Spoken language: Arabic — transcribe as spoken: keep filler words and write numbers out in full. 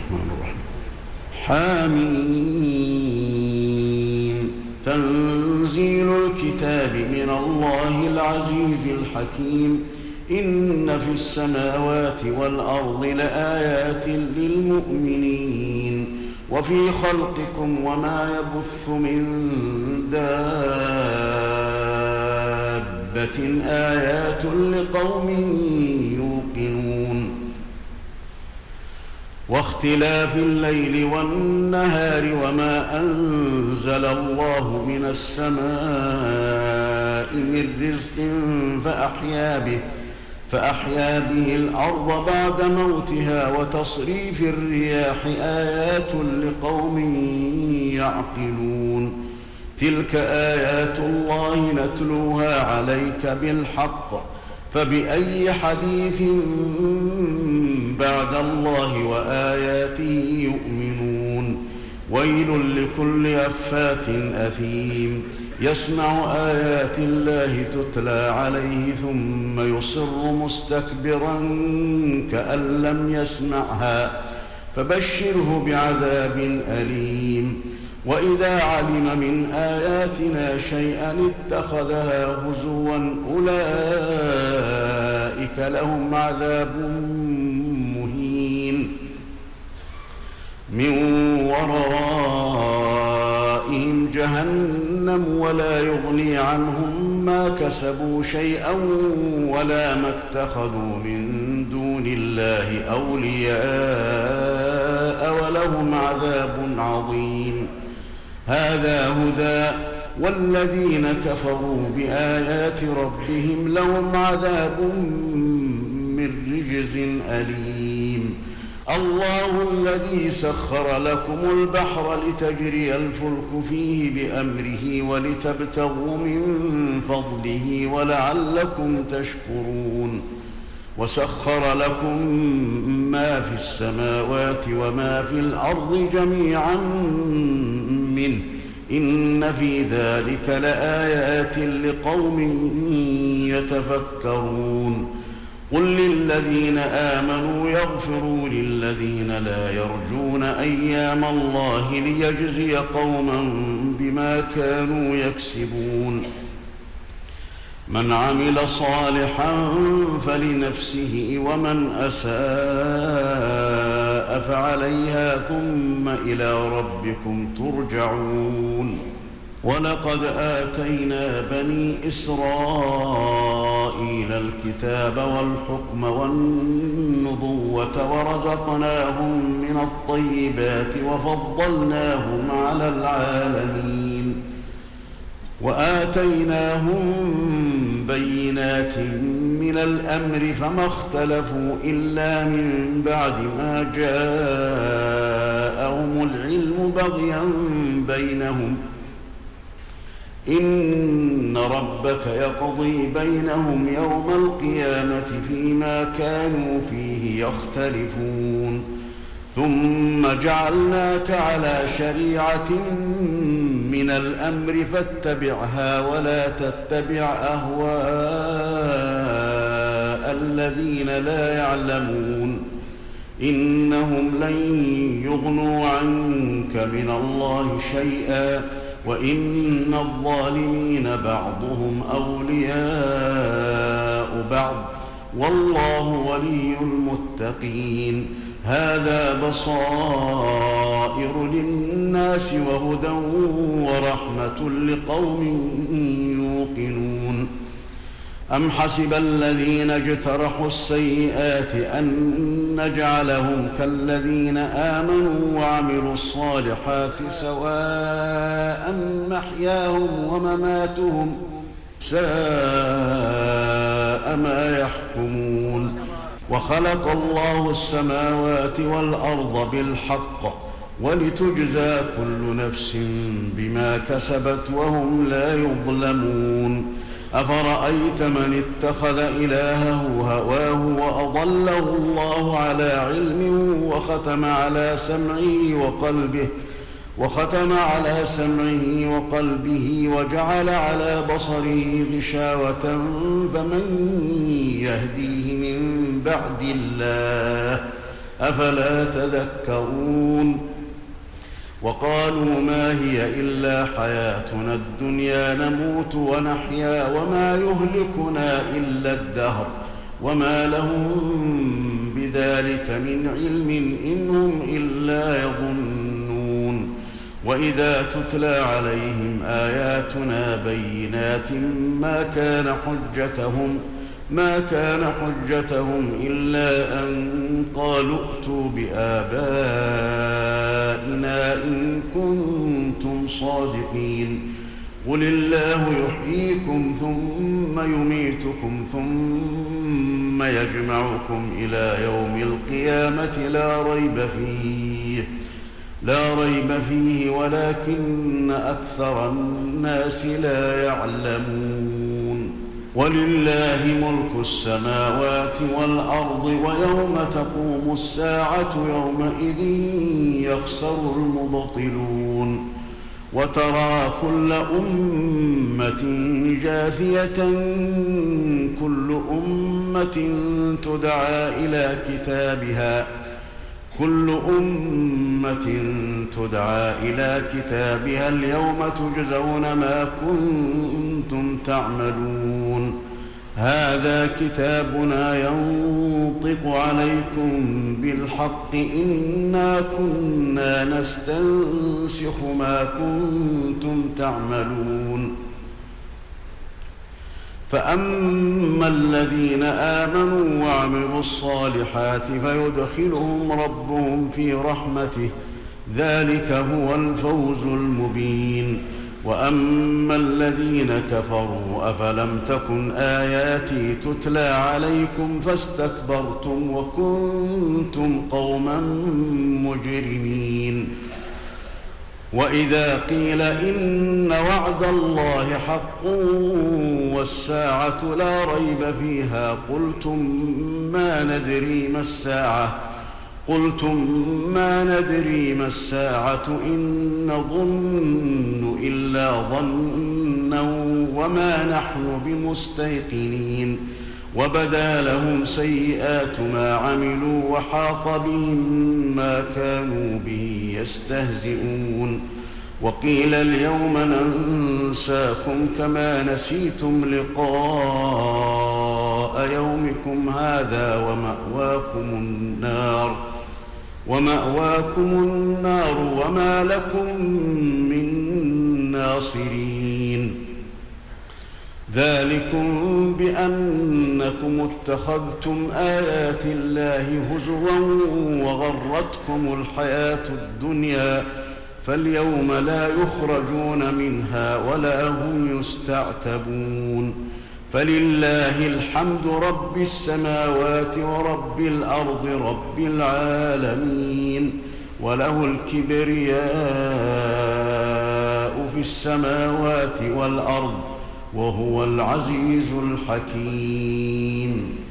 الرحمن الرحيم. حميم. تنزيل الكتاب من الله العزيز الحكيم. إن في السماوات والأرض لآيات للمؤمنين وفي خلقكم وما يبث من دابة آيات لقوم يوقنون. واختلاف الليل والنهار وما أنزل الله من السماء من رزق فأحيا به فأحيا به الأرض بعد موتها وتصريف الرياح آيات لقوم يعقلون. تلك آيات الله نتلوها عليك بالحق فبأي حديث بعد الله وآياته يؤمنون. ويل لكل أفاك أثيم يسمع آيات الله تتلى عليه ثم يصر مستكبرا كأن لم يسمعها فبشره بعذاب أليم. وإذا علم من آياتنا شيئا اتخذها هزوا أولئك لهم عذاب مهين من ورائهم جهنم ولا يغني عنهم ما كسبوا شيئا ولا ما اتخذوا من دون الله أولياء ولهم عذاب عظيم. هذا هدى والذين كفروا بآيات ربهم لهم عذاب من رجز أليم. الله الذي سخر لكم البحر لتجري الفلك فيه بأمره ولتبتغوا من فضله ولعلكم تشكرون. وسخر لكم ما في السماوات وما في الأرض جميعا منه إن في ذلك لآيات لقوم يتفكرون. قل للذين آمنوا يغفروا للذين لا يرجون أيام الله ليجزي قوما بما كانوا يكسبون. من عمل صالحا فلنفسه ومن أساء فعليها ثم إلى ربكم ترجعون. ولقد آتينا بني إسرائيل الكتاب والحكم والنبوة ورزقناهم من الطيبات وفضلناهم على العالمين وآتيناهم بينات من الأمر فما اختلفوا إلا من بعد ما جاءهم العلم بغيا بينهم إن ربك يقضي بينهم يوم القيامة فيما كانوا فيه يختلفون. ثم جعلناك على شريعة من الأمر فاتبعها ولا تتبع أهواء الذين لا يعلمون إنهم لن يغنوا عنك من الله شيئا وإن الظالمين بعضهم أولياء بعض والله ولي المتقين. هذا بصائر للناس وهدى ورحمة لقوم يوقنون. أم حسب الذين اجترحوا السيئات أن نجعلهم كالذين آمنوا وعملوا الصالحات سواء محياهم ومماتهم ساء ما يحكمون. وخلق الله السماوات والأرض بالحق ولتجزى كل نفس بما كسبت وهم لا يظلمون. أفرأيت من اتخذ إلهه هواه وأضله الله على علم وختم على سمعه وقلبه وختم على سمعه وقلبه وجعل على بصره غشاوة فمن يهديه من بعد الله أفلا تذكرون وقالوا ما هي إلا حياتنا الدنيا نموت ونحيا وما يهلكنا إلا الدهر وما لهم بذلك من علم إن هم إلا يظنون وإذا تتلى عليهم آياتنا بينات ما كان حجتهم ما كان حجتهم إلا أن قالوا ائتوا بآبائنا إن كنتم صادقين قل الله يحييكم ثم يميتكم ثم يجمعكم إلى يوم القيامة لا ريب فيه لا ريب فيه ولكن أكثر الناس لا يعلمون ولله ملك السماوات والأرض ويوم تقوم الساعة يومئذ يخسر المبطلون وترى كل أمة جاثية كل أمة تدعى إلى كتابها كل أمة تدعى إلى كتابها اليوم تجزون ما كنتم تعملون هذا كتابنا ينطق عليكم بالحق إنا كنا نستنسخ ما كنتم تعملون فأما الذين آمنوا وعملوا الصالحات فيدخلهم ربهم في رحمته ذلك هو الفوز المبين وأما الذين كفروا أفلم تكن آياتي تتلى عليكم فاستكبرتم وكنتم قوما مجرمين وإذا قيل إن وعد الله حق والساعة لا ريب فيها قلتم ما ندري ما الساعة قلتم ما ندري ما الساعة إن نظن إلا ظنا وما نحن بمستيقنين وبدا لهم سيئات ما عملوا وحاق بهم ما كانوا به يستهزئون وقيل اليوم ننساكم كما نسيتم لقاء يومكم هذا ومأواكم النار ومأواكم النار وما لكم من ناصرين ذلكم بأنكم اتخذتم آيات الله هزوا وغرتكم الحياة الدنيا فاليوم لا يخرجون منها ولا هم يستعتبون فلله الحمد رب السماوات ورب الأرض رب العالمين وله الكبرياء في السماوات والأرض وهو العزيز الحكيم.